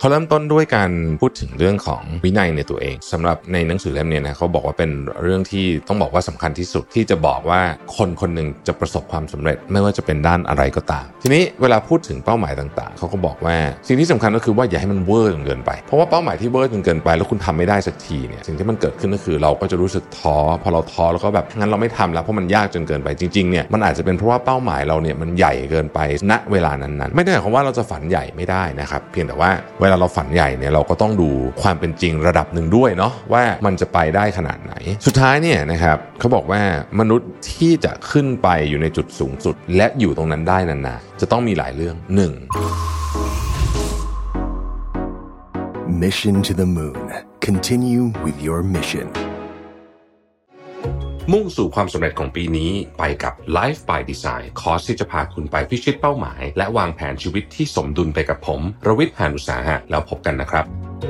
เขาเริ่มต้นด้วยการพูดถึงเรื่องของวินัยในตัวเองสำหรับในหนังสือเล่มนี้นะเขาบอกว่าเป็นเรื่องที่ต้องบอกว่าสำคัญที่สุดที่จะบอกว่าคนคนหนึ่งจะประสบความสำเร็จไม่ว่าจะเป็นด้านอะไรก็ตามทีนี้เวลาพูดถึงเป้าหมายต่างๆเขาก็บอกว่าสิ่งที่สำคัญก็คือว่าอย่าให้มันเวอร์จนเกินไปเพราะว่าเป้าหมายที่เวอร์จนเกินไปแล้วคุณทำไม่ได้สักทีเนี่ยสิ่งที่มันเกิดขึ้นก็คือเราก็จะรู้สึกท้อพอเราท้อแล้วก็แบบงั้นเราไม่ทำแล้วเพราะมันยากจนเกินไปจริงๆเนี่ยมันอาจจะเป็นเพราะว่าเป้าหมายเราเนี่ยมันใหญ่เกินไปณเวลานั้นๆไม่ได้หมายความว่าเราจะฝันใหญ่ไม่ได้นะครับเพียงแต่ว่าเวลาเราฝันใหญ่เนี่ยเราก็ต้องดูความเป็นจริงระดับหนึ่งด้วยเนาะว่ามันจะไปได้ขนาดไหนสุดท้ายเนี่ยนะครับเขาบอกว่ามนุษย์ที่จะขึ้นไปอยู่ในจุดสูงสุดและอยู่ตรงนั้นได้นานๆจะต้องมีหลายเรื่อง 1. Mission to the Moon. Continue with your mission. มุ่งสู่ความสำเร็จของปีนี้ไปกับ Life by Design คอร์สที่จะพาคุณไปพิชิตเป้าหมายและวางแผนชีวิตที่สมดุลไปกับผมรวิทย์ หาญอุตสาหะแล้วพบกันนะครับ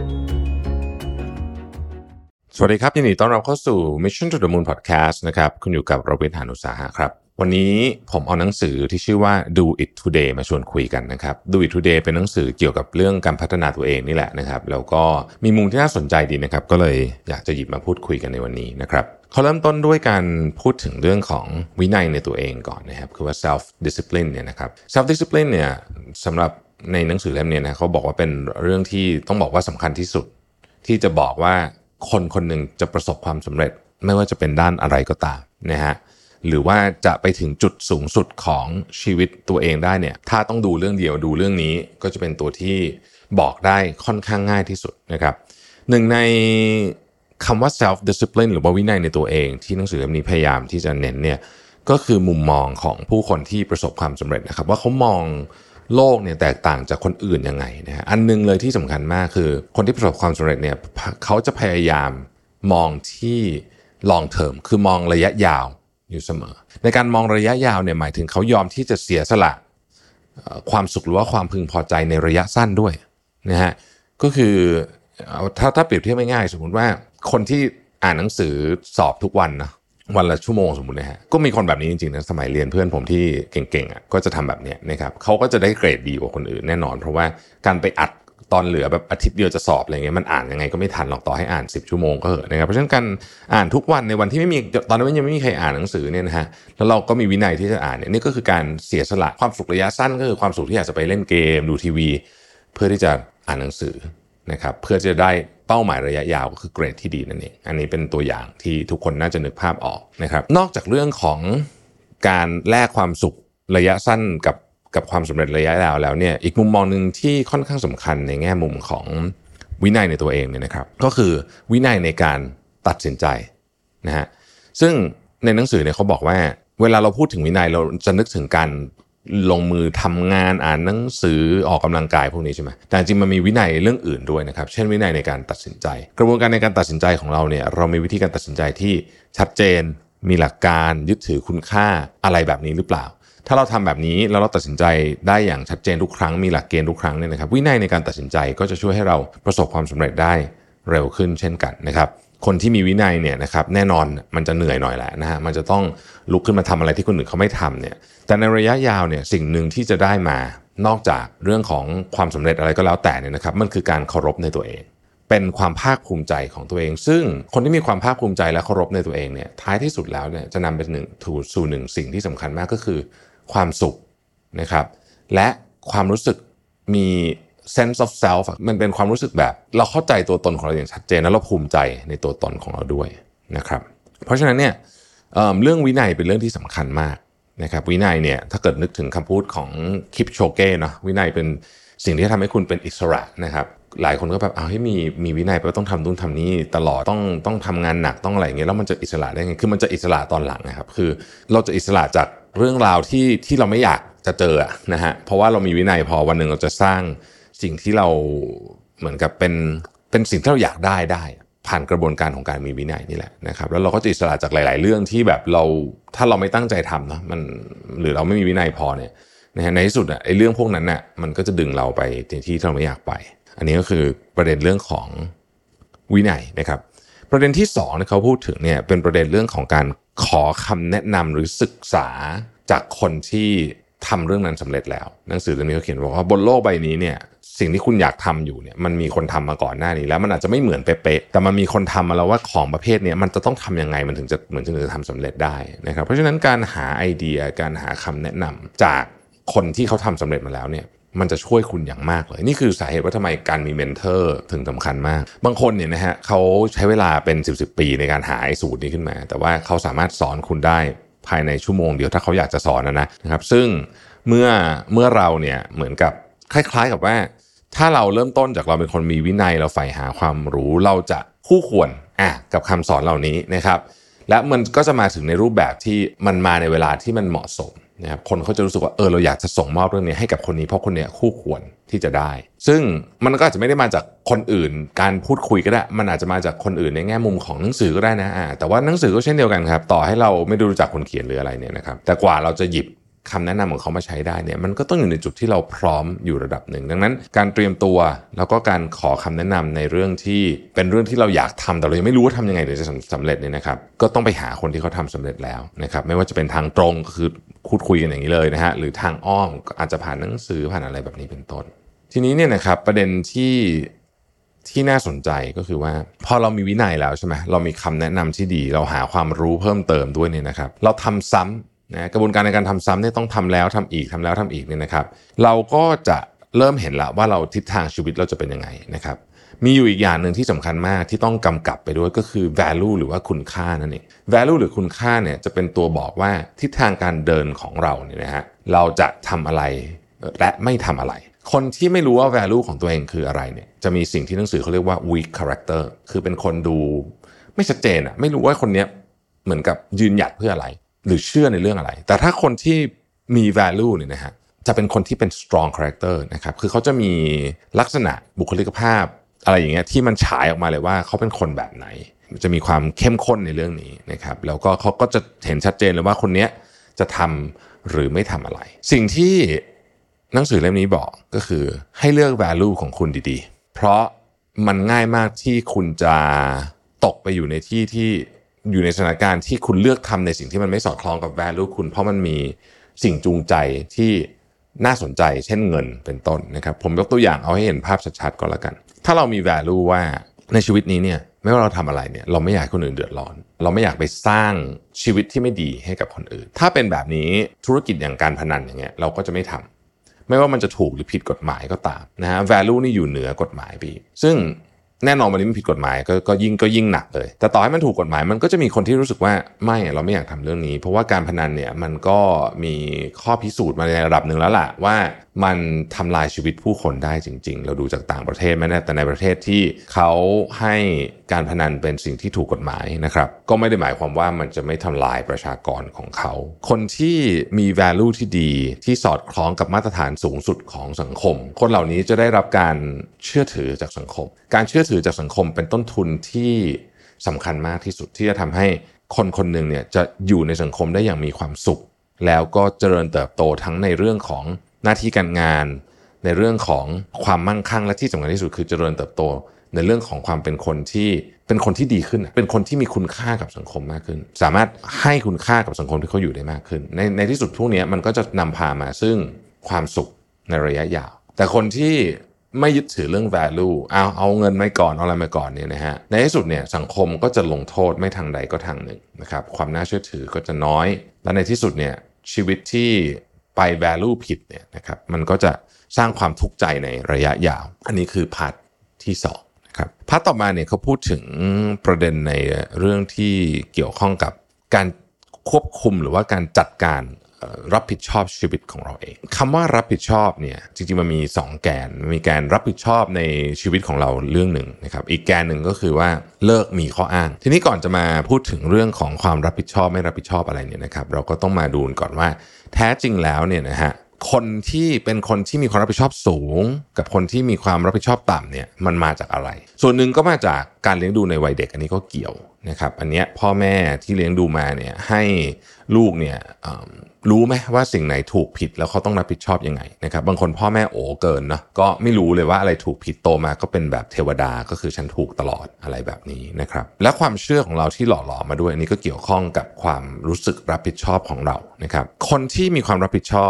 สวัสดีครับยินดีต้อนรับเข้าสู่ Mission to the Moon Podcast นะครับคุณอยู่กับรวิทย์ หาญอุตสาหะครับวันนี้ผมเอาหนังสือที่ชื่อว่า Do It Today มาชวนคุยกันนะครับ Do It Today เป็นหนังสือเกี่ยวกับเรื่องการพัฒนาตัวเองนี่แหละนะครับแล้วก็มีมุมที่น่าสนใจดีนะครับก็เลยอยากจะหยิบมาพูดคุยกันในวันนี้นะครับเขาเริ่มต้นด้วยการพูดถึงเรื่องของวินัยในตัวเองก่อนนะครับคือว่า self discipline เนี่ยนะครับ self discipline เนี่ยสำหรับในหนังสือเล่มนี้นะเขาบอกว่าเป็นเรื่องที่ต้องบอกว่าสำคัญที่สุดที่จะบอกว่าคนคนหนึ่งจะประสบความสำเร็จไม่ว่าจะเป็นด้านอะไรก็ตามนะฮะหรือว่าจะไปถึงจุดสูงสุดของชีวิตตัวเองได้เนี่ยถ้าต้องดูเรื่องเดียวดูเรื่องนี้ก็จะเป็นตัวที่บอกได้ค่อนข้างง่ายที่สุดนะครับหนึ่งในคำว่า self discipline หรือว่าวินัยในตัวเองที่หนังสือเล่มนี้พยายามที่จะเน้นเนี่ยก็คือมุมมองของผู้คนที่ประสบความสำเร็จนะครับว่าเขามองโลกเนี่ยแตกต่างจากคนอื่นยังไงนะฮะอันนึงเลยที่สำคัญมากคือคนที่ประสบความสำเร็จเนี่ยเขาจะพยายามมองที่ long term คือมองระยะยาวอยู่เสมอในการมองระยะยาวเนี่ยหมายถึงเขายอมที่จะเสียสละความสุขหรือว่าความพึงพอใจในระยะสั้นด้วยนะฮะก็คือถ้าเปรียบเทียบง่ายๆสมมุติว่าคนที่อ่านหนังสือสอบทุกวันนะวันละชั่วโมงสมมุตินะฮะก็มีคนแบบนี้จริงๆนะสมัยเรียนเพื่อนผมที่เก่งๆอ่ะก็จะทำแบบนี้นะครับเขาก็จะได้เกรดดีกว่าคนอื่นแน่นอนเพราะว่าการไปอัดตอนเหลือแบบอาทิตย์เดียวจะสอบอะไรเงี้ยมันอ่านยังไงก็ไม่ทันหรอกต่อให้อ่าน10ชั่วโมงก็เหอะนะครับเพราะฉะนั้นการอ่านทุกวันในวันที่ไม่มีตอนนั้นยังไม่มีใครอ่านหนังสือเนี่ยนะฮะแล้วเราก็มีวินัยที่จะอ่านเนี่ยนี่ก็คือการเสียสละความสุขระยะสั้นก็คือความสุขที่อยากจะไปเล่นเกมดูทีวีเพื่อที่จะอ่านหนังสือนะครับเพื่อจะได้เป้าหมายระยะยาวก็คือเกรดที่ดีนั่นเองอันนี้เป็นตัวอย่างที่ทุกคนน่าจะนึกภาพออกนะครับนอกจากเรื่องของการแลกความสุขระยะสั้นกับความสำเร็จระยะยาวแล้วเนี่ยอีกมุมมองนึงที่ค่อนข้างสำคัญในแง่มุมของวินัยในตัวเองเนี่ยนะครับก็คือวินัยในการตัดสินใจนะฮะซึ่งในหนังสือเนี่ยเขาบอกว่าเวลาเราพูดถึงวินัยเราจะนึกถึงการลงมือทำงานอ่านหนังสือออกกำลังกายพวกนี้ใช่ไหมแต่จริงมันมีวินัยเรื่องอื่นด้วยนะครับเช่นวินัยในการตัดสินใจกระบวนการในการตัดสินใจของเราเนี่ยเรามีวิธีการตัดสินใจที่ชัดเจนมีหลักการยึดถือคุณค่าอะไรแบบนี้หรือเปล่าถ้าเราทำแบบนี้แล้วเราตัดสินใจได้อย่างชัดเจนทุกครั้งมีหลักเกณฑ์ทุกครั้งเนี่ยนะครับวินัยในการตัดสินใจก็จะช่วยให้เราประสบความสำเร็จได้เร็วขึ้นเช่นกันนะครับคนที่มีวินัยเนี่ยนะครับแน่นอนมันจะเหนื่อยหน่อยแหละนะฮะมันจะต้องลุกขึ้นมาทำอะไรที่คนอื่นเขาไม่ทำเนี่ยแต่ในระยะยาวเนี่ยสิ่งหนึ่งที่จะได้มานอกจากเรื่องของความสำเร็จอะไรก็แล้วแต่เนี่ยนะครับมันคือการเคารพในตัวเองเป็นความภาคภูมิใจของตัวเองซึ่งคนที่มีความภาคภูมิใจและเคารพในตัวเองเนี่ยท้ายที่สุดแล้วเนี่ยจะนำเป็นสู่หนึ่งสิ่งที่สำคัญมากก็คือความสุขนะครับและความรู้สึกมี sense of self มันเป็นความรู้สึกแบบเราเข้าใจตัวตนของเราอย่างชัดเจนแล้วเราภูมิใจในตัวตนของเราด้วยนะครับเพราะฉะนั้นเนี่ยเรื่องวินัยเป็นเรื่องที่สำคัญมากนะครับวินัยเนี่ยถ้าเกิดนึกถึงคำพูดของคิปโชเก้เนาะวินัยเป็นสิ่งที่ทำให้คุณเป็นอิสระนะครับหลายคนก็แบบให้มีวินัยแปลว่าต้องทำนู่นทำนี่ตลอดต้องทำงานหนักต้องอะไรอย่างเงี้ยแล้วมันจะอิสระได้ไงคือมันจะอิสระตอนหลังนะครับคือเราจะอิสระจากเรื่องราวที่เราไม่อยากจะเจอนะฮะเพราะว่าเรามีวินัยพอวันหนึ่งเราจะสร้างสิ่งที่เราเหมือนกับเป็นสิ่งที่เราอยากได้ผ่านกระบวนการของการมีวินัยนี่แหละนะครับแล้วเราก็จะอิสระจากหลายๆเรื่องที่แบบถ้าเราไม่ตั้งใจทำนะมันหรือเราไม่มีวินัยพอเนี่ยนะฮะในที่สุดไอ้เรื่องพวกนั้นน่ะมันก็จะดึงเราไปที่เราไม่อยากไปอันนี้ก็คือประเด็นเรื่องของวินัยนะครับประเด็นที่2ที่เขาพูดถึงเนี่ยเป็นประเด็นเรื่องของการขอคำแนะนำหรือศึกษาจากคนที่ทำเรื่องนั้นสำเร็จแล้วหนังสือเล่มนี้เขาเขียนบอกว่าบนโลกใบนี้เนี่ยสิ่งที่คุณอยากทำอยู่เนี่ยมันมีคนทำมาก่อนหน้านี้แล้วมันอาจจะไม่เหมือนเป๊ะๆแต่มันมีคนทำมาแล้วว่าของประเภทนี้มันจะต้องทำยังไงมันถึงจะทำสำเร็จได้นะครับเพราะฉะนั้นการหาไอเดียการหาคำแนะนำจากคนที่เขาทำสำเร็จมาแล้วเนี่ยมันจะช่วยคุณอย่างมากเลยนี่คือสาเหตุว่าทำไมการมีเมนเทอร์ถึงสำคัญมากบางคนเนี่ยนะฮะเขาใช้เวลาเป็น10 ปีในการหาไอ้สูตรนี้ขึ้นมาแต่ว่าเขาสามารถสอนคุณได้ภายในชั่วโมงเดียวถ้าเขาอยากจะสอนนะครับซึ่งเมื่อเราเนี่ยเหมือนกับคล้ายๆกับว่าถ้าเราเริ่มต้นจากเราเป็นคนมีวินัยเราใฝ่หาความรู้เราจะคู่ควรกับคำสอนเหล่านี้นะครับและมันก็จะมาถึงในรูปแบบที่มันมาในเวลาที่มันเหมาะสมนะครับคนเขาจะรู้สึกว่าเราอยากจะส่งมอบเรื่องนี้ให้กับคนนี้เพราะคนนี้คู่ควรที่จะได้ซึ่งมันก็อาจจะไม่ได้มาจากคนอื่นการพูดคุยก็ได้มันอาจจะมาจากคนอื่นในแง่มุมของหนังสือก็ได้นะแต่ว่าหนังสือก็เช่นเดียวกันครับต่อให้เราไม่รู้จักคนเขียนหรืออะไรเนี่ยนะครับแต่กว่าเราจะหยิบคำแนะนำของเขามาใช้ได้เนี่ยมันก็ต้องอยู่ในจุดที่เราพร้อมอยู่ระดับหนึ่งดังนั้นการเตรียมตัวแล้วก็การขอคำแนะนำในเรื่องที่เป็นเรื่องที่เราอยากทำแต่เรายังไม่รู้ว่าทำยังไงถึงจะสำเร็จเนี่ยนะครับก็ต้องไปหาคนที่เขาทำสำเร็จแล้วนะครับไม่ว่าจะเป็นทางตรงก็คือพูดคุยกันอย่างนี้เลยนะฮะหรือทางอ้อมก็อาจจะผ่านหนังสือผ่านอะไรแบบนี้เป็นต้นทีนี้เนี่ยนะครับประเด็นที่น่าสนใจก็คือว่าพอเรามีวินัยแล้วใช่ไหมเรามีคำแนะนำที่ดีเราหาความรู้เพิ่มเติมด้วยเนี่ยนะครับเราทำซ้ำนะกระบวนการในการทำซ้ำเนี่ยต้องทำแล้วทำอีกทำแล้วทำอีกเนี่ยนะครับเราก็จะเริ่มเห็นละว่าเราทิศทางชีวิตเราจะเป็นยังไงนะครับมีอยู่อีกอย่างหนึ่งที่สำคัญมากที่ต้องกำกับไปด้วยก็คือ value หรือว่าคุณค่านั่นเอง value หรือคุณค่าเนี่ยจะเป็นตัวบอกว่าทิศทางการเดินของเราเนี่ยนะฮะเราจะทำอะไรและไม่ทำอะไรคนที่ไม่รู้ว่า value ของตัวเองคืออะไรเนี่ยจะมีสิ่งที่หนังสือเขาเรียกว่า weak character คือเป็นคนดูไม่ชัดเจนไม่รู้ว่าคนนี้เหมือนกับยืนหยัดเพื่ออะไรหรือเชื่อในเรื่องอะไรแต่ถ้าคนที่มี value เนี่ยนะฮะจะเป็นคนที่เป็น strong character นะครับคือเขาจะมีลักษณะบุคลิกภาพอะไรอย่างเงี้ยที่มันฉายออกมาเลยว่าเขาเป็นคนแบบไหนจะมีความเข้มข้นในเรื่องนี้นะครับแล้วก็เขาก็จะเห็นชัดเจนเลยว่าคนนี้จะทำหรือไม่ทำอะไรสิ่งที่หนังสือเล่มนี้บอกก็คือให้เลือก value ของคุณดีๆเพราะมันง่ายมากที่คุณจะตกไปอยู่ในที่อยู่ในสถานการณ์ที่คุณเลือกทำในสิ่งที่มันไม่สอดคล้องกับ value คุณเพราะมันมีสิ่งจูงใจที่น่าสนใจเช่นเงินเป็นต้นนะครับผมยกตัวอย่างเอาให้เห็นภาพชัดๆก็แล้วกันถ้าเรามี value ว่าในชีวิตนี้เนี่ยไม่ว่าเราทำอะไรเนี่ยเราไม่อยากให้คนอื่นเดือดร้อนเราไม่อยากไปสร้างชีวิตที่ไม่ดีให้กับคนอื่นถ้าเป็นแบบนี้ธุรกิจอย่างการพนันอย่างเงี้ยเราก็จะไม่ทำไม่ว่ามันจะถูกหรือผิดกฎหมายก็ตามนะฮะ value นี่อยู่เหนือกฎหมายพี่ซึ่งแน่นอนวันนี้มันผิดกฎหมายก็ยิ่งหนักเลยแต่ต่อให้มันถูกกฎหมายมันก็จะมีคนที่รู้สึกว่าไม่เราไม่อยากทำเรื่องนี้เพราะว่าการพนันเนี่ยมันก็มีข้อพิสูจน์มาในระดับหนึ่งแล้วล่ะว่ามันทำลายชีวิตผู้คนได้จริงๆเราดูจากต่างประเทศไม่แน่แต่ในประเทศที่เขาให้การพนันเป็นสิ่งที่ถูกกฎหมายนะครับก็ไม่ได้หมายความว่ามันจะไม่ทำลายประชากรของเขาคนที่มี value ที่ดีที่สอดคล้องกับมาตรฐานสูงสุดของสังคมคนเหล่านี้จะได้รับการเชื่อถือจากสังคมการเชื่อถือจากสังคมเป็นต้นทุนที่สำคัญมากที่สุดที่จะทำให้คนคนหนึ่งเนี่ยจะอยู่ในสังคมได้อย่างมีความสุขแล้วก็เจริญเติบโตทั้งในเรื่องของหน้าที่การงานในเรื่องของความมั่งคั่งและที่สำคัญที่สุดคือเจริญเติบโตในเรื่องของความเป็นคนที่ดีขึ้นเป็นคนที่มีคุณค่ากับสังคมมากขึ้นสามารถให้คุณค่ากับสังคมที่เขาอยู่ได้มากขึ้นในที่สุดพวกนี้มันก็จะนำพามาซึ่งความสุขในระยะยาวแต่คนที่ไม่ยึดถือเรื่อง value เอาเงินมาก่อนเอาอะไรมาก่อนเนี่ยนะฮะในที่สุดเนี่ยสังคมก็จะลงโทษไม่ทางใดก็ทางหนึ่งนะครับความน่าเชื่อถือก็จะน้อยและในที่สุดเนี่ยชีวิตที่ไป value ผิดเนี่ยนะครับมันก็จะสร้างความทุกข์ใจในระยะยาวอันนี้คือพาร์ทที่2นะครับพาร์ทต่อมาเนี่ยเขาพูดถึงประเด็นในเรื่องที่เกี่ยวข้องกับการควบคุมหรือว่าการจัดการรับผิดชอบชีวิตของเราเองคำว่ารับผิดชอบเนี่ยจริงๆมันมี2แกนมีการรับผิดชอบในชีวิตของเราเรื่องหนึ่งนะครับอีกแกนหนึ่งก็คือว่าเลิกมีข้ออ้างทีนี้ก่อนจะมาพูดถึงเรื่องของความรับผิดชอบไม่รับผิดชอบอะไรเนี่ยนะครับเราก็ต้องมาดูก่อนว่าแท้จริงแล้วเนี่ยนะฮะคนที่เป็นคนที่มีความรับผิดชอบสูงกับคนที่มีความรับผิดชอบต่ำเนี่ยมันมาจากอะไรส่วนหนึ่งก็มาจากการเลี้ยงดูในวัยเด็กอันนี้ก็เกี่ยวนะครับอันเนี้ยพ่อแม่ที่เลี้ยงดูมาเนี่ยให้ลูกเนี่ยรู้ไหมว่าสิ่งไหนถูกผิดแล้วเขาต้องรับผิดชอบยังไงนะครับบางคนพ่อแม่โอ้เกินเนาะก็ไม่รู้เลยว่าอะไรถูกผิดโตมาก็เป็นแบบเทวดาก็คือฉันถูกตลอดอะไรแบบนี้นะครับและความเชื่อของเราที่หล่อหลอมมาด้วยอันนี้ก็เกี่ยวข้องกับความรู้สึกรับผิดชอบของเรานะครับคนที่มีความรับผิดชอบ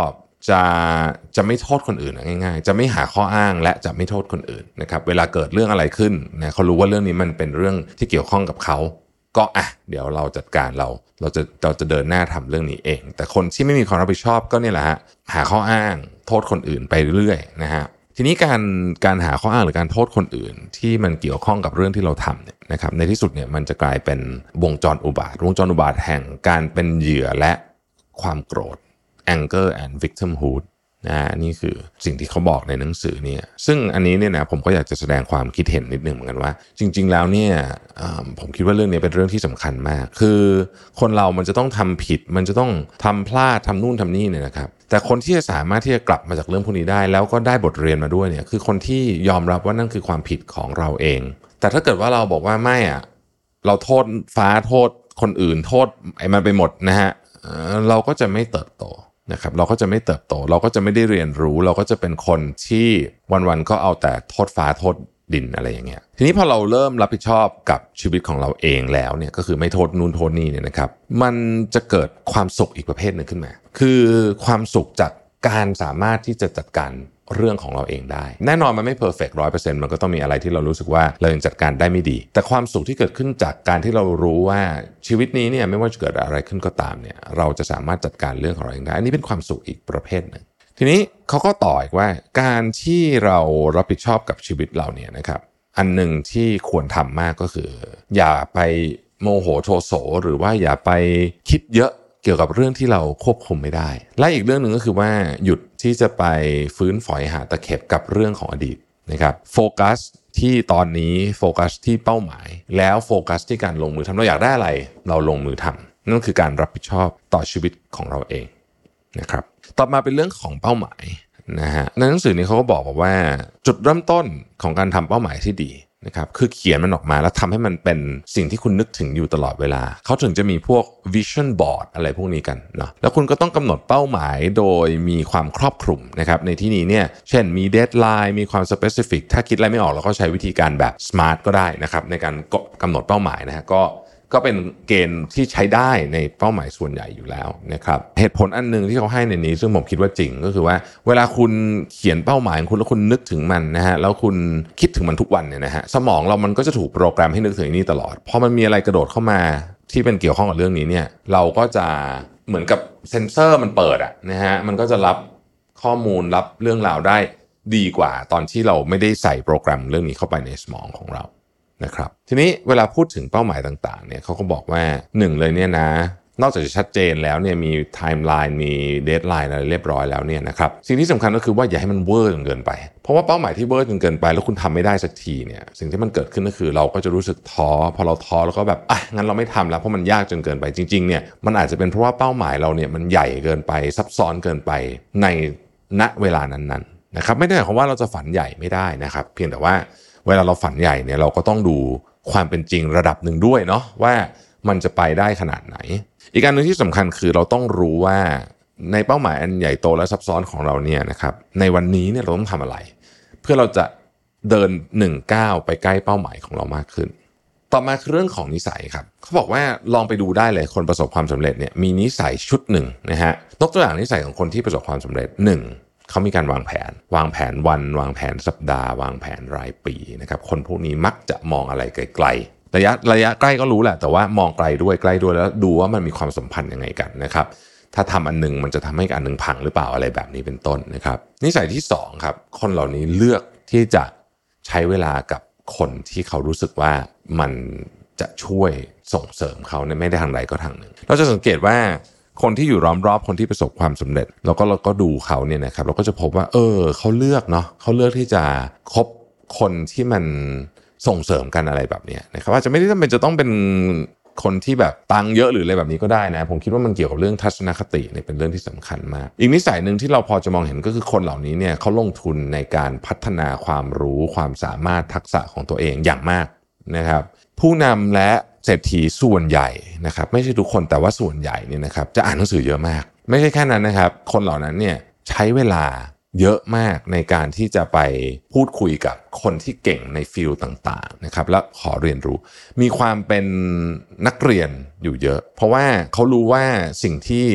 จะไม่โทษคนอื่นง่ายๆจะไม่หาข้ออ้างและจะไม่โทษคนอื่นนะครับเวลาเกิดเรื่องอะไรขึ้นนะเขารู้ว่าเรื่องนี้มันเป็นเรื่องที่เกี่ยวข้องกับเขาก็เดี๋ยวเราจัดการเราจะเดินหน้าทำเรื่องนี้เองแต่คนที่ไม่มีความรับผิดชอบก็เนี่ยแหละฮะหาข้ออ้างโทษคนอื่นไปเรื่อยนะฮะทีนี้การหาข้ออ้างหรือการโทษคนอื่นที่มันเกี่ยวข้องกับเรื่องที่เราทำเนี่ยนะครับในที่สุดเนี่ยมันจะกลายเป็นวงจรอุบาทแห่งการเป็นเหยื่อและความโกรธ anger and victimhood นี่คือสิ่งที่เขาบอกในหนังสือเนี่ยซึ่งอันนี้เนี่ยนะผมก็อยากจะแสดงความคิดเห็นนิดนึงเหมือนกันว่าจริงๆแล้วเนี่ยผมคิดว่าเรื่องนี้เป็นเรื่องที่สำคัญมากคือคนเรามันจะต้องทำผิดมันจะต้องทำพลาดทำนู่นทำนี่เนี่ยนะครับแต่คนที่จะสามารถที่จะกลับมาจากเรื่องพวกนี้ได้แล้วก็ได้บทเรียนมาด้วยเนี่ยคือคนที่ยอมรับว่านั่นคือความผิดของเราเองแต่ถ้าเกิดว่าเราบอกว่าไม่เราโทษฟ้าโทษคนอื่นโทษไอ้มันไปหมดนะฮะเราก็จะไม่เติบโตนะครับเราก็จะไม่เติบโตเราก็จะไม่ได้เรียนรู้เราก็จะเป็นคนที่วันๆก็เอาแต่โทษฟ้าโทษดินอะไรอย่างเงี้ยทีนี้พอเราเริ่มรับผิดชอบกับชีวิตของเราเองแล้วเนี่ยก็คือไม่โทษนู่นโทษนี่เนี่ยนะครับมันจะเกิดความสุขอีกประเภทนึงขึ้นมาคือความสุขจากการสามารถที่จะจัดการเรื่องของเราเองได้แน่นอนมันไม่เพอร์เฟกต์ 100% มันก็ต้องมีอะไรที่เรารู้สึกว่าเรายังจัดการได้ไม่ดีแต่ความสุขที่เกิดขึ้นจากการที่เรารู้ว่าชีวิตนี้เนี่ยไม่ว่าจะเกิดอะไรขึ้นก็ตามเนี่ยเราจะสามารถจัดการเรื่องของเราเองได้อันนี้เป็นความสุขอีกประเภทนึงทีนี้เขาก็ต่ออีกว่าการที่เรารับผิดชอบกับชีวิตเราเนี่ยนะครับอันหนึ่งที่ควรทำมากก็คืออย่าไปโมโหโทโสหรือว่าอย่าไปคิดเยอะเกี่ยวกับเรื่องที่เราควบคุมไม่ได้และอีกเรื่องหนึ่งก็คือว่าหยุดที่จะไปฟื้นฝอยหาตะเข็บกับเรื่องของอดีตนะครับโฟกัสที่ตอนนี้โฟกัสที่เป้าหมายแล้วโฟกัสที่การลงมือทำเราอยากได้อะไรเราลงมือทำนั่นคือการรับผิดชอบต่อชีวิตของเราเองนะครับต่อมาเป็นเรื่องของเป้าหมายนะฮะในหนังสือนี้เขาก็บอกว่าจุดเริ่มต้นของการทำเป้าหมายที่ดีนะครับคือเขียนมันออกมาแล้วทำให้มันเป็นสิ่งที่คุณนึกถึงอยู่ตลอดเวลาเขาถึงจะมีพวก vision board อะไรพวกนี้กันเนาะแล้วคุณก็ต้องกำหนดเป้าหมายโดยมีความครอบคลุมนะครับในที่นี้เนี่ยเช่นมี deadline มีความ specific ถ้าคิดอะไรไม่ออกเราก็ใช้วิธีการแบบ smart ก็ได้นะครับในการกำหนดเป้าหมายนะฮะก็เป็นเกณฑ์ที่ใช้ได้ในเป้าหมายส่วนใหญ่อยู่แล้วนะครับเหตุผลอันนึงที่เขาให้ในนี้ซึ่งผมคิดว่าจริงก็คือว่าเวลาคุณเขียนเป้าหมายของคุณแล้วคุณนึกถึงมันนะฮะแล้วคุณคิดถึงมันทุกวันเนี่ยนะฮะสมองเรามันก็จะถูกโปรแกรมให้นึกถึงนี่ตลอดพอมันมีอะไรกระโดดเข้ามาที่เป็นเกี่ยวข้องกับเรื่องนี้เนี่ยเราก็จะเหมือนกับเซ็นเซอร์มันเปิดนะฮะมันก็จะรับข้อมูลรับเรื่องราวได้ดีกว่าตอนที่เราไม่ได้ใส่โปรแกรมเรื่องนี้เข้าไปในสมองของเรานะครับทีนี้เวลาพูดถึงเป้าหมายต่างๆเนี่ยเขาก็บอกว่า1เลยเนี่ยนะนอกจากจะชัดเจนแล้วเนี่ยมีไทม์ไลน์มีเดดไลน์อะไรเรียบร้อยแล้วเนี่ยนะครับสิ่งที่สำคัญก็คือว่าอย่าให้มันเวอร์จนเกินไปเพราะว่าเป้าหมายที่เวอร์จนเกินไปแล้วคุณทำไม่ได้สักทีเนี่ยสิ่งที่มันเกิดขึ้นก็คือเราก็จะรู้สึกท้อพอเราท้อแล้วก็แบบงั้นเราไม่ทำแล้วเพราะมันยากจนเกินไปจริงๆเนี่ยมันอาจจะเป็นเพราะว่าเป้าหมายเราเนี่ยมันใหญ่เกินไปซับซ้อนเกินไปในณเวลานั้นๆนะครับไม่ได้หมายความว่าเราจะฝันใหญ่ไม่ได้นะครับเพียงแต่ว่าเวลาเราฝันใหญ่เนี่ยเราก็ต้องดูความเป็นจริงระดับหนึ่งด้วยเนาะว่ามันจะไปได้ขนาดไหนอีกการนึงที่สำคัญคือเราต้องรู้ว่าในเป้าหมายอันใหญ่โตและซับซ้อนของเราเนี่ยนะครับในวันนี้เนี่ยเราต้องทำอะไรเพื่อเราจะเดิน1 ก้าวไปใกล้เป้าหมายของเรามากขึ้นต่อมาคือเรื่องของนิสัยครับเขาบอกว่าลองไปดูได้เลยคนประสบความสำเร็จเนี่ยมีนิสัยชุดหนึ่งนะฮะยกตัวอย่างนิสัยของคนที่ประสบความสำเร็จ1เขามีการวางแผนวันวางแผนสัปดาห์วางแผนรายปีนะครับคนพวกนี้มักจะมองอะไรไกลๆระยะใกล้ก็รู้แหละแต่ว่ามองไกลด้วยแล้วดูว่ามันมีความสัมพันธ์ยังไงกันนะครับถ้าทำอันนึงมันจะทำให้อันนึงพังหรือเปล่าอะไรแบบนี้เป็นต้นนะครับนิสัยที่2ครับคนเหล่านี้เลือกที่จะใช้เวลากับคนที่เขารู้สึกว่ามันจะช่วยส่งเสริมเขาไม่ได้ทางใดก็ทางหนึ่งเราจะสังเกตว่าคนที่อยู่ล้อมรอบคนที่ประสบความสำเร็จเราก็ดูเขาเนี่ยนะครับเราก็จะพบว่าเขาเลือกเนาะเขาเลือกที่จะคบคนที่มันส่งเสริมกันอะไรแบบนี้นะครับอาจจะไม่ได้จำเป็นจะต้องเป็นคนที่แบบตังเยอะหรืออะไรแบบนี้ก็ได้นะผมคิดว่ามันเกี่ยวกับเรื่องทัศนคติเนี่ยเป็นเรื่องที่สำคัญมากอีกนิสัยหนึ่งที่เราพอจะมองเห็นก็คือคนเหล่านี้เนี่ยเขาลงทุนในการพัฒนาความรู้ความสามารถทักษะของตัวเองอย่างมากนะครับผู้นำและเศรษฐีส่วนใหญ่นะครับไม่ใช่ทุกคนแต่ว่าส่วนใหญ่เนี่ยนะครับจะอ่านหนังสือเยอะมากไม่ใช่แค่นั้นนะครับคนเหล่านั้นเนี่ยใช้เวลาเยอะมากในการที่จะไปพูดคุยกับคนที่เก่งในฟิลต่างๆนะครับและขอเรียนรู้มีความเป็นนักเรียนอยู่เยอะเพราะว่าเขารู้ว่าสิ่งที่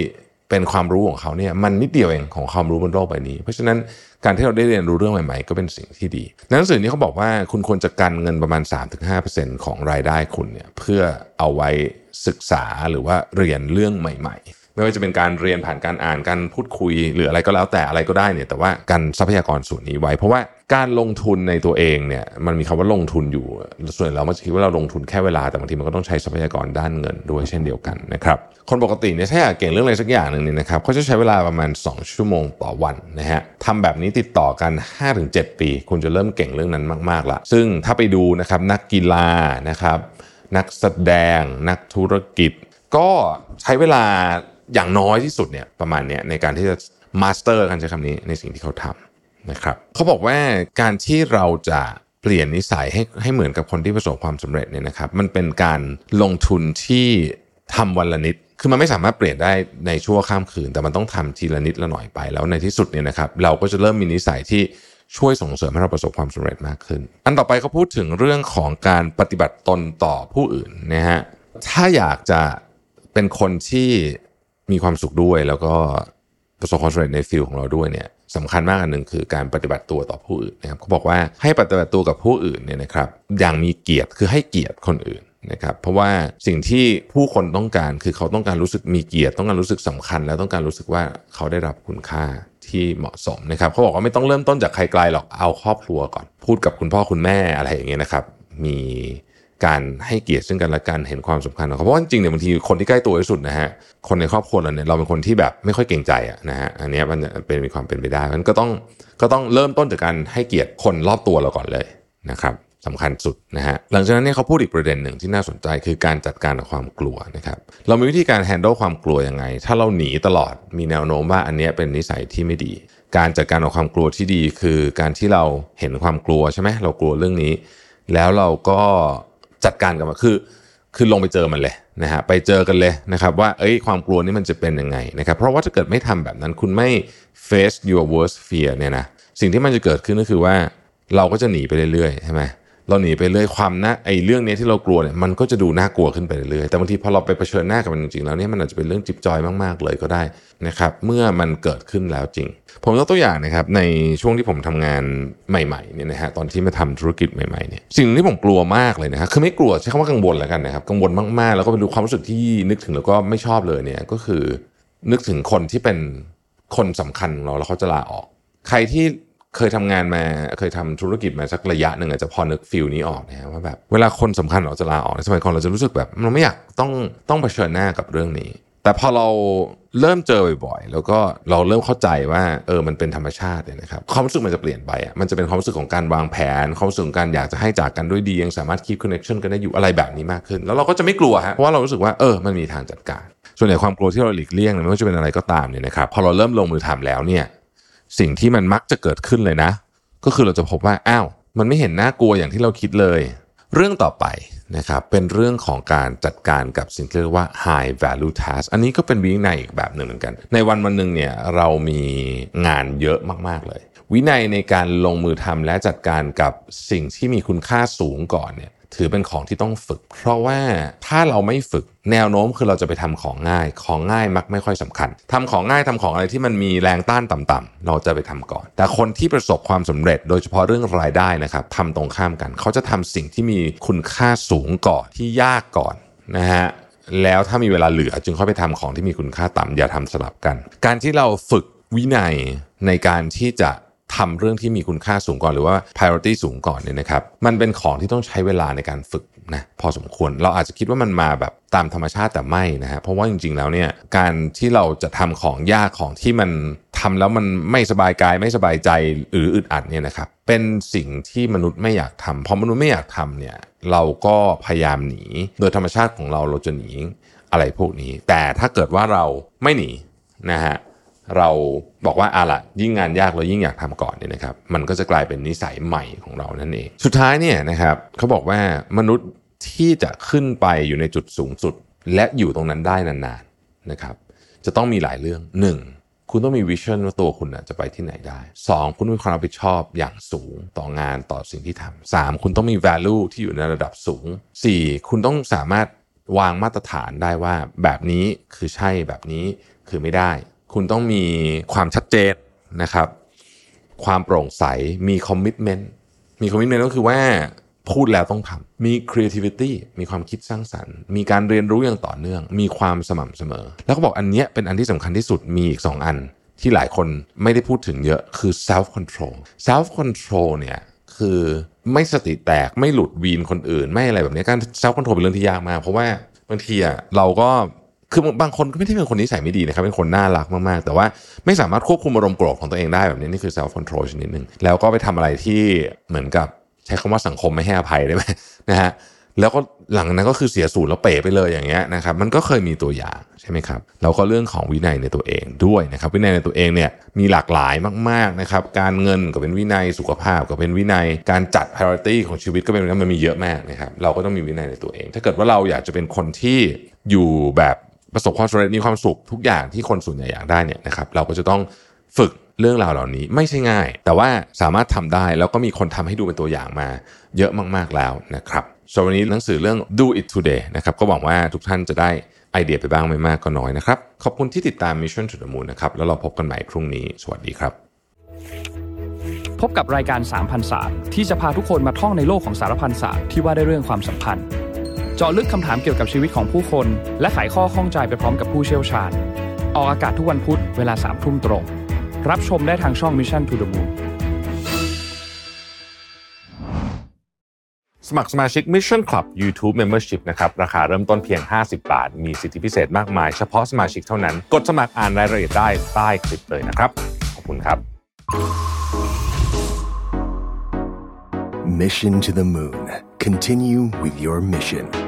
เป็นความรู้ของเขาเนี่ยมันนิดเดียวเองของความรู้บนโลกใบนี้เพราะฉะนั้นการที่เราได้เรียนรู้เรื่องใหม่ๆก็เป็นสิ่งที่ดีหนังสือนี้เขาบอกว่าคุณควรจะกันเงินประมาณ 3-5% ของรายได้คุณเนี่ยเพื่อเอาไว้ศึกษาหรือว่าเรียนเรื่องใหม่ๆไม่ว่าจะเป็นการเรียนผ่านการอ่านการพูดคุยหรืออะไรก็แล้วแต่อะไรก็ได้เนี่ยแต่ว่ากันทรัพยากรส่วนนี้ไว้เพราะว่าการลงทุนในตัวเองเนี่ยมันมีคำว่าลงทุนอยู่ส่วนเรามักจะคิดว่าเราลงทุนแค่เวลาแต่บางทีมันก็ต้องใช้ทรัพยากรด้านเงินด้วยเช่นเดียวกันนะครับคนปกติเนี่ยถ้าอยากเก่งเรื่องอะไรสักอย่างนึงเนี่ยนะครับเขาจะใช้เวลาประมาณ2ชั่วโมงต่อวันนะฮะทำแบบนี้ติดต่อกัน 5-7 ปีคุณจะเริ่มเก่งเรื่องนั้นมากๆละซึ่งถ้าไปดูนะครับนักกีฬานะครับนักแสดงนักธุรกิจก็ใช้เวลาอย่างน้อยที่สุดเนี่ยประมาณเนี้ยในการที่จะมาสเตอร์กันใช้คำนี้ในสิ่งที่เขาทำนะครับเขาบอกว่าการที่เราจะเปลี่ยนนิสัยให้เหมือนกับคนที่ประสบความสำเร็จเนี่ยนะครับมันเป็นการลงทุนที่ทำวันละนิดคือมันไม่สามารถเปลี่ยนได้ในชั่วข้ามคืนแต่มันต้องทำทีละนิดละหน่อยไปแล้วในที่สุดเนี่ยนะครับเราก็จะเริ่มมีนิสัยที่ช่วยส่งเสริมให้เราประสบความสำเร็จมากขึ้นอันต่อไปเขาพูดถึงเรื่องของการปฏิบัติตนต่อผู้อื่นนะฮะถ้าอยากจะเป็นคนที่มีความสุขด้วยแล้วก็ประสบความสำเร็จในฟิลของเราด้วยเนี่ยสำคัญมากอันหนึ่งคือการปฏิบัติตัวต่อผู้อื่นนะครับเขาบอกว่าให้ปฏิบัติตัวกับผู้อื่นเนี่ยนะครับอย่างมีเกียรติคือให้เกียรติคนอื่นนะครับเพราะว่าสิ่งที่ผู้คนต้องการคือเขาต้องการรู้สึกมีเกียรติต้องการรู้สึกสำคัญแล้วต้องการรู้สึกว่าเขาได้รับคุณค่าที่เหมาะสมนะครับเขาบอกว่าไม่ต้องเริ่มต้นจากใครไกลหรอกเอาครอบครัวก่อนพูดกับคุณพ่อคุณแม่อะไรอย่างเงี้ยนะครับมีการให้เกียรติซึ่งกันและกันเห็นความสำคัญของเขาเพราะว่าจริงๆเนี่ยบางทีคนที่ใกล้ตัวที่สุดนะฮะคนในครอบครัวเราเนี่ยเราเป็นคนที่แบบไม่ค่อยเกรงใจอะนะฮะอันนี้มันเป็นมีความเป็นไปได้มันก็ต้องเริ่มต้นจากการให้เกียรติคนรอบตัวเราก่อนเลยนะครับสำคัญสุดนะฮะหลังจากนั้นเนี่ยเขาพูดอีกประเด็นหนึ่งที่น่าสนใจคือการจัดการกับความกลัวนะครับเรามีวิธีการ handle ความกลัวยังไงถ้าเราหนีตลอดมีแนวโน้มว่าอันนี้เป็นนิสัยที่ไม่ดีการจัดการกับความกลัวที่ดีคือการที่เราเห็นความกลัวใช่ไหมเรากลัวเรื่องนี้แล้วเราก็จัดการกับมันคือลงไปเจอมันเลยนะฮะไปเจอกันเลยนะครับว่าความกลัวนี่มันจะเป็นยังไงนะครับเพราะว่าถ้าเกิดไม่ทำแบบนั้นคุณไม่ face your worst fear เนี่ยนะสิ่งที่มันจะเกิดขึ้นก็คือว่าเราก็จะหนีไปเรื่อยๆใช่ไหมเราหนีไปเรื่อยความน่าเรื่องนี้ที่เรากลัวเนี่ยมันก็จะดูน่ากลัวขึ้นไปเรื่อยๆแต่บางทีพอเราไปเผชิญหน้ากับมันจริงๆแล้วเนี่ยมันอาจจะเป็นเรื่องจิ๊บจอยมากๆเลยก็ได้นะครับเมื่อมันเกิดขึ้นแล้วจริงผมยกตัวอย่างนะครับในช่วงที่ผมทำงานใหม่ๆเนี่ยนะฮะตอนที่มาทำธุรกิจใหม่ๆเนี่ยสิ่งที่ผมกลัวมากเลยนะฮะคือไม่กลัวใช้คำว่ากังวลแล้วกันนะครับกังวลมากๆแล้วก็เป็นความรู้สึกที่นึกถึงแล้วก็ไม่ชอบเลยเนี่ยก็คือนึกถึงคนที่เป็นคนสำคัญของเราแล้วเขาจะลาออกใครที่เคยทำงานมาเคยทำธุรกิจมาสักระยะหนึ่งอาจจะพอนึกฟีลนี้ออกนะว่าแบบเวลาคนสำคัญเราจะลาออกในสมัยก่อนเราจะรู้สึกแบบเราไม่อยากต้องเผชิญหน้ากับเรื่องนี้แต่พอเราเริ่มเจอบ่อยๆแล้วก็เราเริ่มเข้าใจว่ามันเป็นธรรมชาติเนี่ยนะครับความรู้สึกมันจะเปลี่ยนไปมันจะเป็นความรู้สึกของการวางแผนความรู้สึกของการอยากจะให้จากกันด้วยดียังสามารถ keep connection กันได้อยู่อะไรแบบนี้มากขึ้นแล้วเราก็จะไม่กลัวฮะเพราะว่าเรารู้สึกว่ามันมีทางจัดการส่วนใหญ่ความกลัวที่เราหลีกเลี่ยงไม่ว่าจะเป็นอะไรก็ตามเนี่ยนะครับพอเราเริ่มลงมือทำแล้วเนี่ยสิ่งที่มันมักจะเกิดขึ้นเลยนะก็คือเราจะพบว่ามันไม่เห็นน่ากลัวอย่างที่เราคิดเลยเรื่องต่อไปนะครับเป็นเรื่องของการจัดการกับสิ่งที่เรียกว่า high value task อันนี้ก็เป็นวินัยอีกแบบหนึ่งเหมือนกันในวันหนึ่งเนี่ยเรามีงานเยอะมากๆเลยวินัยในการลงมือทำและจัดการกับสิ่งที่มีคุณค่าสูงก่อนเนี่ยถือเป็นของที่ต้องฝึกเพราะว่าถ้าเราไม่ฝึกแนวโน้มคือเราจะไปทำของง่ายมักไม่ค่อยสำคัญทำของง่ายทำของอะไรที่มันมีแรงต้านต่ำๆเราจะไปทำก่อนแต่คนที่ประสบความสำเร็จโดยเฉพาะเรื่องรายได้นะครับทำตรงข้ามกันเขาจะทำสิ่งที่มีคุณค่าสูงก่อนที่ยากก่อนนะฮะแล้วถ้ามีเวลาเหลือจึงค่อยไปทำของที่มีคุณค่าต่ำอย่าทำสลับกันการที่เราฝึกวินัยในการที่จะทำเรื่องที่มีคุณค่าสูงก่อนหรือว่า priority สูงก่อนเนี่ยนะครับมันเป็นของที่ต้องใช้เวลาในการฝึกนะพอสมควรเราอาจจะคิดว่ามันมาแบบตามธรรมชาติแต่ไม่นะฮะเพราะว่าจริงๆแล้วเนี่ยการที่เราจะทำของยากของที่มันทำแล้วมันไม่สบายกายไม่สบายใจหรืออึดอัดเนี่ยนะครับเป็นสิ่งที่มนุษย์ไม่อยากทำพอมนุษย์ไม่อยากทำเนี่ยเราก็พยายามหนีโดยธรรมชาติของเราจะหนีอะไรพวกนี้แต่ถ้าเกิดว่าเราไม่หนีนะฮะเราบอกว่าล่ะยิ่งงานยากเรายิ่งอยากทำก่อนเนี่ยนะครับมันก็จะกลายเป็นนิสัยใหม่ของเรานั่นเองสุดท้ายเนี่ยนะครับเขาบอกว่ามนุษย์ที่จะขึ้นไปอยู่ในจุดสูงสุดและอยู่ตรงนั้นได้นานๆนะครับจะต้องมีหลายเรื่อง1คุณต้องมีวิชั่นว่าตัวคุณจะไปที่ไหนได้2คุณต้องมีความรับผิดชอบอย่างสูงต่องานต่อสิ่งที่ทำ3คุณต้องมี value ที่อยู่ในระดับสูง4คุณต้องสามารถวางมาตรฐานได้ว่าแบบนี้คือใช่แบบนี้คือไม่ได้คุณต้องมีความชัดเจนนะครับความโปร่งใสมีคอมมิตเมนต์ก็คือว่าพูดแล้วต้องทำมี creativity มีความคิดสร้างสรรค์มีการเรียนรู้อย่างต่อเนื่องมีความสม่ำเสมอแล้วก็บอกอันนี้เป็นอันที่สำคัญที่สุดมีอีก2อันที่หลายคนไม่ได้พูดถึงเยอะคือ self control เนี่ยคือไม่สติแตกไม่หลุดวีนคนอื่นไม่อะไรแบบนี้การ self control เป็นเรื่องที่ยากมากเพราะว่าบางทีเราก็คือบางคนก็ไม่ได้เป็นคนนิสัยไม่ดีนะครับเป็นคนน่ารักมากๆแต่ว่าไม่สามารถควบคุมอารมณ์โกรธของตัวเองได้แบบนี้นี่คือ self control ชนิดนึงแล้วก็ไปทำอะไรที่เหมือนกับใช้คำว่าสังคมไม่ให้อภัยได้ไหมนะฮะแล้วก็หลังนั้นก็คือเสียสูตรแล้วเป๋ไปเลยอย่างเงี้ยนะครับมันก็เคยมีตัวอย่างใช่ไหมครับแล้วก็เรื่องของวินัยในตัวเองด้วยนะครับวินัยในตัวเองเนี่ยมีหลากหลายมากๆนะครับการเงินก็เป็นวินัยสุขภาพก็เป็นวินัยการจัด priority ของชีวิตก็เป็นมันมีเยอะมากนะครับเราก็ต้องมีวินัยในตัวเองถ้าเกิดว่าเราอยากจะเป็นคนที่อยู่แบบประสบความสำเร็จมีความสุขทุกอย่างที่คนส่วนใหญ่อยากได้เนี่ยนะครับเราก็จะต้องฝึกเรื่องราวเหล่านี้ไม่ใช่ง่ายแต่ว่าสามารถทำได้แล้วก็มีคนทำให้ดูเป็นตัวอย่างมาเยอะมากๆแล้วนะครับส่วนวันนี้หนังสือเรื่อง Do It Today นะครับก็หวังว่าทุกท่านจะได้ไอเดียไปบ้างไม่มากก็น้อยนะครับขอบคุณที่ติดตาม Mission to the Moon นะครับแล้วเราพบกันใหม่พรุ่งนี้สวัสดีครับพบกับรายการ3,000 ศาสตร์ที่จะพาทุกคนมาท่องในโลกของสารพันศาสตร์ที่ว่าด้วยเรื่องความสัมพันธ์เจาะลึกคำถามเกี่ยวกับชีวิตของผู้คนและไขข้อข้องใจไปพร้อมกับผู้เชี่ยวชาญออกอากาศทุกวันพุธเวลา 3 ทุ่มตรงรับชมได้ทางช่อง Mission to the Moon สมัครสมาชิก Mission Club YouTube Membership นะครับราคาเริ่มต้นเพียง50 บาทมีสิทธิพิเศษมากมายเฉพาะสมาชิกเท่านั้นกดสมัครอ่านรายละเอียดได้ใต้คลิปเลยนะครับขอบคุณครับ Mission to the Moon. Continue with your mission.